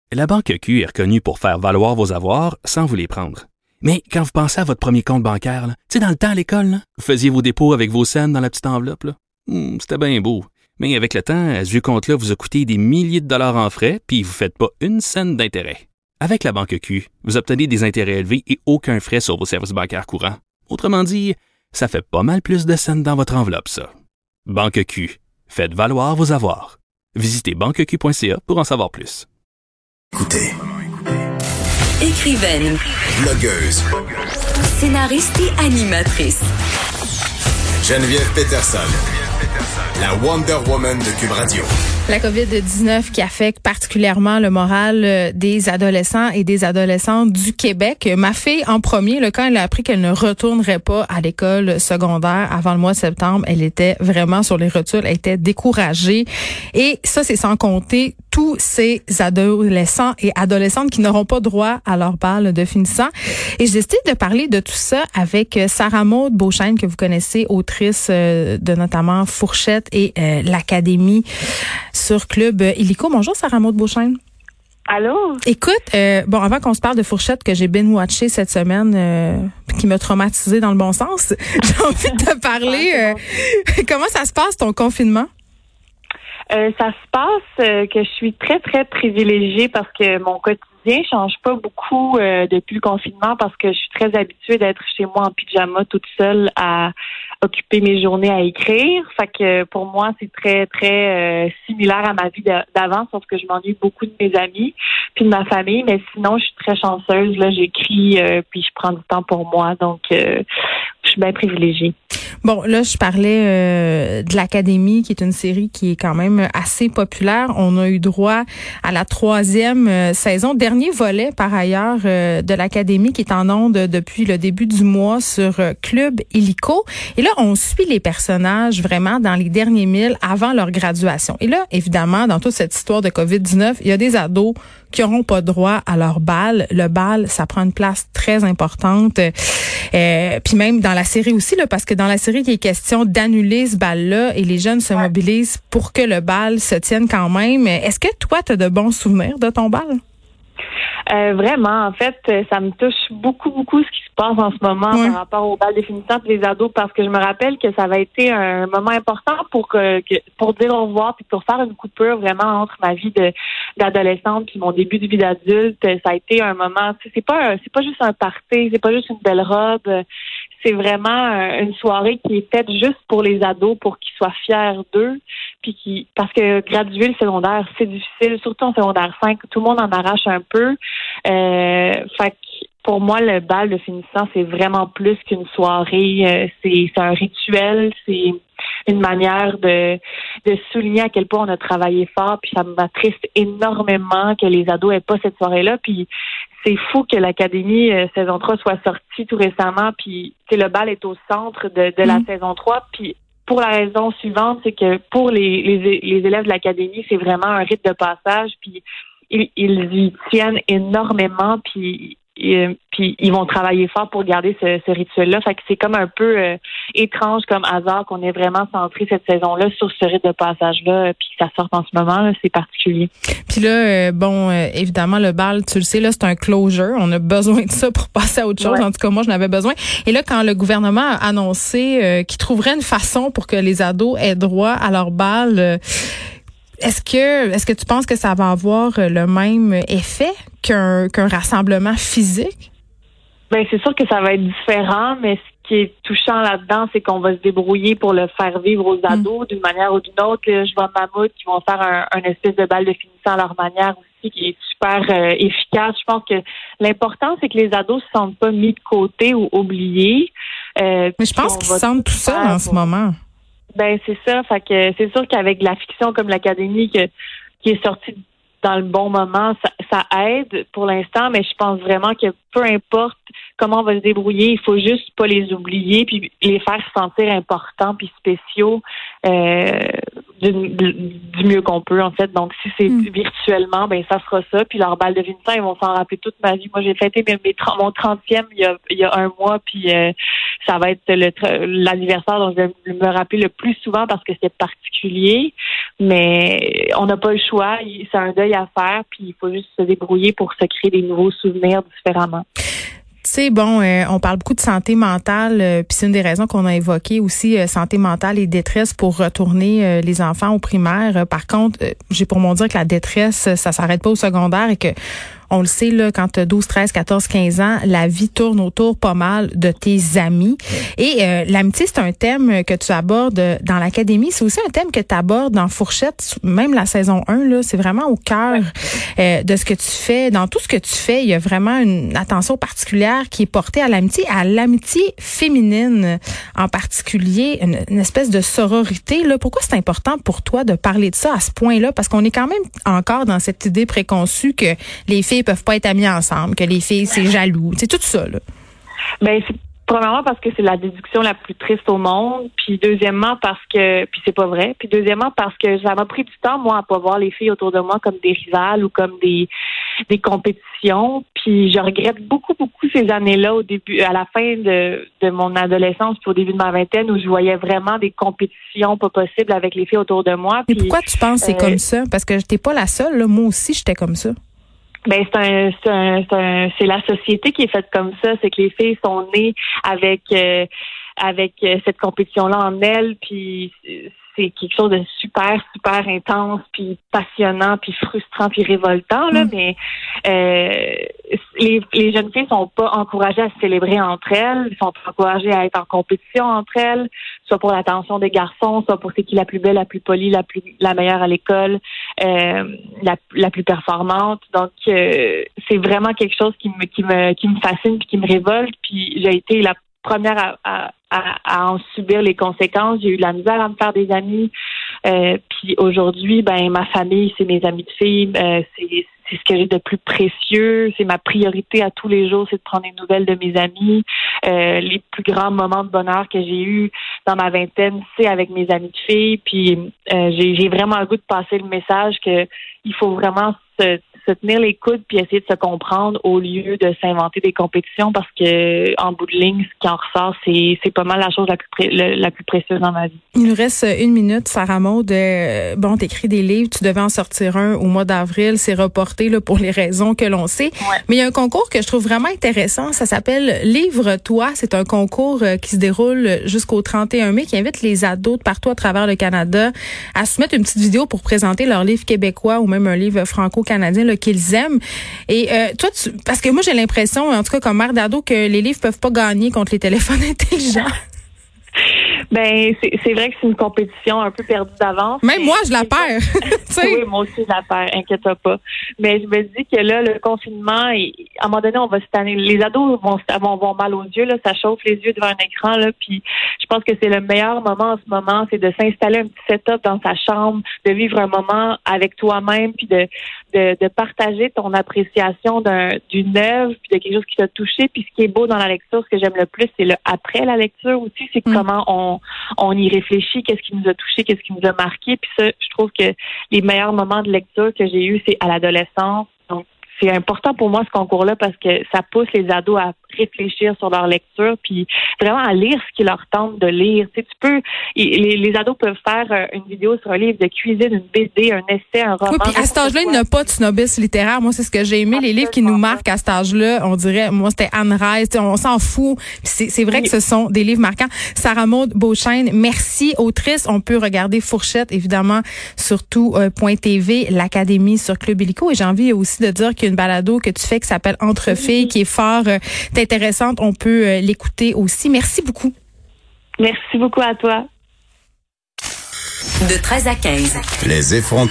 La Banque Q est reconnue pour faire valoir vos avoirs sans vous les prendre. Mais quand vous pensez à votre premier compte bancaire, tu sais, dans le temps à l'école, là, vous faisiez vos dépôts avec vos scènes dans la petite enveloppe. Là. C'était bien beau. Mais avec le temps, ce vieux compte-là vous a coûté des milliers de dollars en frais, puis vous ne faites pas une scène d'intérêt. Avec la Banque Q, vous obtenez des intérêts élevés et aucun frais sur vos services bancaires courants. Autrement dit, ça fait pas mal plus de scènes dans votre enveloppe, ça. Banque Q. Faites valoir vos avoirs. Visitez banqueq.ca pour en savoir plus. Écoutez. Écrivaine. Blogueuse. Scénariste et animatrice. Geneviève Peterson. La Wonder Woman de Cube Radio. La COVID-19 qui affecte particulièrement le moral des adolescents et des adolescentes du Québec. Ma fille, en premier, quand elle a appris qu'elle ne retournerait pas à l'école secondaire avant le mois de septembre, elle était vraiment sur les rotules, elle était découragée. Et ça, c'est sans compter tous ces adolescents et adolescentes qui n'auront pas droit à leur bal de finissant. Et j'ai décidé de parler de tout ça avec Sarah Maud Beauchesne, que vous connaissez, autrice de notamment Fourchette et l'Académie sur Club Illico. Bonjour Sarah Maud Beauchesne. Allô? Écoute, avant qu'on se parle de Fourchette que j'ai binge-watché cette semaine, qui m'a traumatisée dans le bon sens, j'ai envie de te parler. Comment ça se passe ton confinement? Ça se passe que je suis très, très privilégiée parce que mon quotidien change pas beaucoup depuis le confinement parce que je suis très habituée d'être chez moi en pyjama toute seule à occuper mes journées à écrire. Fait que pour moi, c'est très, très similaire à ma vie d'avant, sauf que je m'ennuie beaucoup de mes amis puis de ma famille. Mais sinon, je suis très chanceuse. Là, j'écris puis je prends du temps pour moi. Donc, je suis bien privilégiée. Bon, là, je parlais de l'Académie, qui est une série qui est quand même assez populaire. On a eu droit à la 3e saison, dernier volet par ailleurs de l'Académie qui est en ondes depuis le début du mois sur Club Illico. Et là, on suit les personnages vraiment dans les derniers milles avant leur graduation. Et là, évidemment, dans toute cette histoire de COVID-19, il y a des ados qui n'auront pas droit à leur bal. Le bal, ça prend une place très importante. Puis même dans la série aussi, là, parce que dans la série, il est question d'annuler ce bal-là et les jeunes se mobilisent pour que le bal se tienne quand même. Est-ce que toi, tu as de bons souvenirs de ton bal? Vraiment, en fait, ça me touche beaucoup, beaucoup ce qui se passe en ce moment par rapport au bal des finissants et les ados, parce que je me rappelle que ça avait été un moment important pour dire au revoir puis pour faire une coupure vraiment entre ma vie d'adolescente puis mon début de vie d'adulte. Ça a été un moment, c'est pas juste un party, c'est pas juste une belle robe. C'est vraiment une soirée qui est faite juste pour les ados, pour qu'ils soient fiers d'eux, puis parce que graduer le secondaire, c'est difficile, surtout en secondaire 5, tout le monde en arrache un peu. Fait que pour moi, le bal de finissant, c'est vraiment plus qu'une soirée. C'est un rituel, c'est une manière de souligner à quel point on a travaillé fort, puis ça m'attriste énormément que les ados aient pas cette soirée-là, puis c'est fou que l'Académie saison 3 soit sortie tout récemment, puis le bal est au centre de la saison 3, puis pour la raison suivante, c'est que pour les élèves de l'Académie, c'est vraiment un rite de passage, puis ils y tiennent énormément, puis ils vont travailler fort pour garder ce rituel-là. Fait que c'est comme un peu étrange comme hasard qu'on ait vraiment centré cette saison-là sur ce rite de passage-là, puis que ça sorte en ce moment, là, c'est particulier. Puis là, évidemment, le bal, tu le sais, là, c'est un closure. On a besoin de ça pour passer à autre chose. Ouais. En tout cas, moi, j'en avais besoin. Et là, quand le gouvernement a annoncé qu'il trouverait une façon pour que les ados aient droit à leur bal, est-ce que tu penses que ça va avoir le même effet qu'un rassemblement physique? Ben c'est sûr que ça va être différent, mais ce qui est touchant là-dedans, c'est qu'on va se débrouiller pour le faire vivre aux ados d'une manière ou d'une autre. Je vois Mammouth qui vont faire un espèce de bal de finissant à leur manière aussi, qui est super efficace. Je pense que l'important, c'est que les ados se sentent pas mis de côté ou oubliés. Mais je pense qu'ils se sentent tout seuls en ce moment. Ben c'est ça. Fait que c'est sûr qu'avec la fiction comme l'Académie qui est sortie dans le bon moment, ça aide pour l'instant, mais je pense vraiment que peu importe comment on va se débrouiller, il faut juste pas les oublier puis les faire se sentir importants puis spéciaux du mieux qu'on peut, en fait. Donc, si c'est virtuellement, ben ça sera ça. Puis leur bal de finissant, ils vont s'en rappeler toute ma vie. Moi, j'ai fêté mon 30e il y a un mois, puis ça va être l'anniversaire dont je vais me rappeler le plus souvent parce que c'est particulier. Mais on n'a pas le choix. C'est un deuil à faire, puis il faut juste se débrouiller pour se créer des nouveaux souvenirs différemment. Tu sais, bon, on parle beaucoup de santé mentale, puis c'est une des raisons qu'on a évoquées aussi, santé mentale et détresse pour retourner les enfants au primaire. Par contre, j'ai pour mon dire que la détresse, ça s'arrête pas au secondaire et que on le sait, là, quand tu as 12, 13, 14, 15 ans, la vie tourne autour pas mal de tes amis. Et l'amitié, c'est un thème que tu abordes dans l'Académie. C'est aussi un thème que tu abordes dans Fourchette, même la saison 1. Là, c'est vraiment au cœur de ce que tu fais. Dans tout ce que tu fais, il y a vraiment une attention particulière qui est portée à l'amitié féminine en particulier, une espèce de sororité. Là. Pourquoi c'est important pour toi de parler de ça à ce point-là? Parce qu'on est quand même encore dans cette idée préconçue que les filles peuvent pas être amies ensemble, que les filles, c'est jaloux. C'est tout ça, là. Ben, c'est premièrement parce que c'est la déduction la plus triste au monde, puis deuxièmement parce que, puis c'est pas vrai, puis deuxièmement parce que ça m'a pris du temps, moi, à pas voir les filles autour de moi comme des rivales ou comme des compétitions, puis je regrette beaucoup ces années-là au début, à la fin de mon adolescence puis au début de ma vingtaine où je voyais vraiment des compétitions pas possibles avec les filles autour de moi. Mais pourquoi tu penses que c'est comme ça? Parce que t'es pas la seule, là. Moi aussi, j'étais comme ça. Ben c'est la société qui est faite comme ça, c'est que les filles sont nées avec cette compétition-là en elles, puis c'est quelque chose de super intense, puis passionnant, puis frustrant, puis révoltant là. Mais les jeunes filles sont pas encouragées à se célébrer entre elles, sont encouragées à être en compétition entre elles, soit pour l'attention des garçons, soit pour c'est qui la plus belle, la plus polie, la meilleure à l'école, la plus performante. Donc c'est vraiment quelque chose qui me fascine puis qui me révolte. Puis j'ai été la première à en subir les conséquences. J'ai eu de la misère à me faire des amis. Puis aujourd'hui, ben ma famille, c'est mes amis de filles. C'est ce que j'ai de plus précieux. C'est ma priorité à tous les jours, c'est de prendre des nouvelles de mes amis. Les plus grands moments de bonheur que j'ai eus dans ma vingtaine, c'est avec mes amis de filles. Puis j'ai vraiment le goût de passer le message que il faut vraiment se tenir les coudes puis essayer de se comprendre au lieu de s'inventer des compétitions parce que en bout de ligne, ce qui en ressort, c'est pas mal la chose la plus précieuse dans ma vie. Il nous reste 1 minute, Sarah Maud. Bon, t'écris des livres, tu devais en sortir un au mois d'avril, c'est reporté là pour les raisons que l'on sait. Ouais. Mais il y a un concours que je trouve vraiment intéressant, ça s'appelle Livre-toi. C'est un concours qui se déroule jusqu'au 31 mai, qui invite les ados de partout à travers le Canada à soumettre une petite vidéo pour présenter leur livre québécois ou même un livre franco-canadien là, qu'ils aiment. Et toi, parce que moi j'ai l'impression, en tout cas comme mère d'ado, que les livres peuvent pas gagner contre les téléphones intelligents. Ben, c'est vrai que c'est une compétition un peu perdue d'avance. Même moi, je la perds. Oui, moi aussi, je la perds, inquiète-toi pas. Mais je me dis que là, le confinement, à un moment donné, on va se tanner. Les ados vont mal aux yeux, là, ça chauffe les yeux devant un écran, là, puis je pense que c'est le meilleur moment en ce moment, c'est de s'installer un petit setup dans sa chambre, de vivre un moment avec toi-même, puis de partager ton appréciation d'une œuvre, puis de quelque chose qui t'a touché. Puis ce qui est beau dans la lecture, ce que j'aime le plus, c'est le après la lecture aussi, c'est comment on y réfléchit, qu'est-ce qui nous a touché, qu'est-ce qui nous a marqué. Puis ça, je trouve que les meilleurs moments de lecture que j'ai eus, c'est à l'adolescence. Donc, c'est important pour moi ce concours-là parce que ça pousse les ados à réfléchir sur leur lecture puis vraiment à lire ce qui leur tente de lire. Tu sais, les ados peuvent faire une vidéo sur un livre de cuisine, une BD, un essai, un roman. Oui, puis à cet âge-là, il n'y a pas de snobisme littéraire. Moi, c'est ce que j'ai aimé. Les livres qui nous marquent à cet âge-là, on dirait, moi, c'était Anne Rice, on s'en fout. Puis c'est vrai que ce sont des livres marquants. Sarah Maud Beauchesne, merci, autrice. On peut regarder Fourchette, évidemment, sur tout.tv, l'Académie sur Club Illico. Et j'ai envie aussi de dire qu'il y a une balado que tu fais qui s'appelle Entre filles, qui est fort intéressante. On peut l'écouter aussi. Merci beaucoup. Merci beaucoup à toi. De 13 à 15. Les effrontés.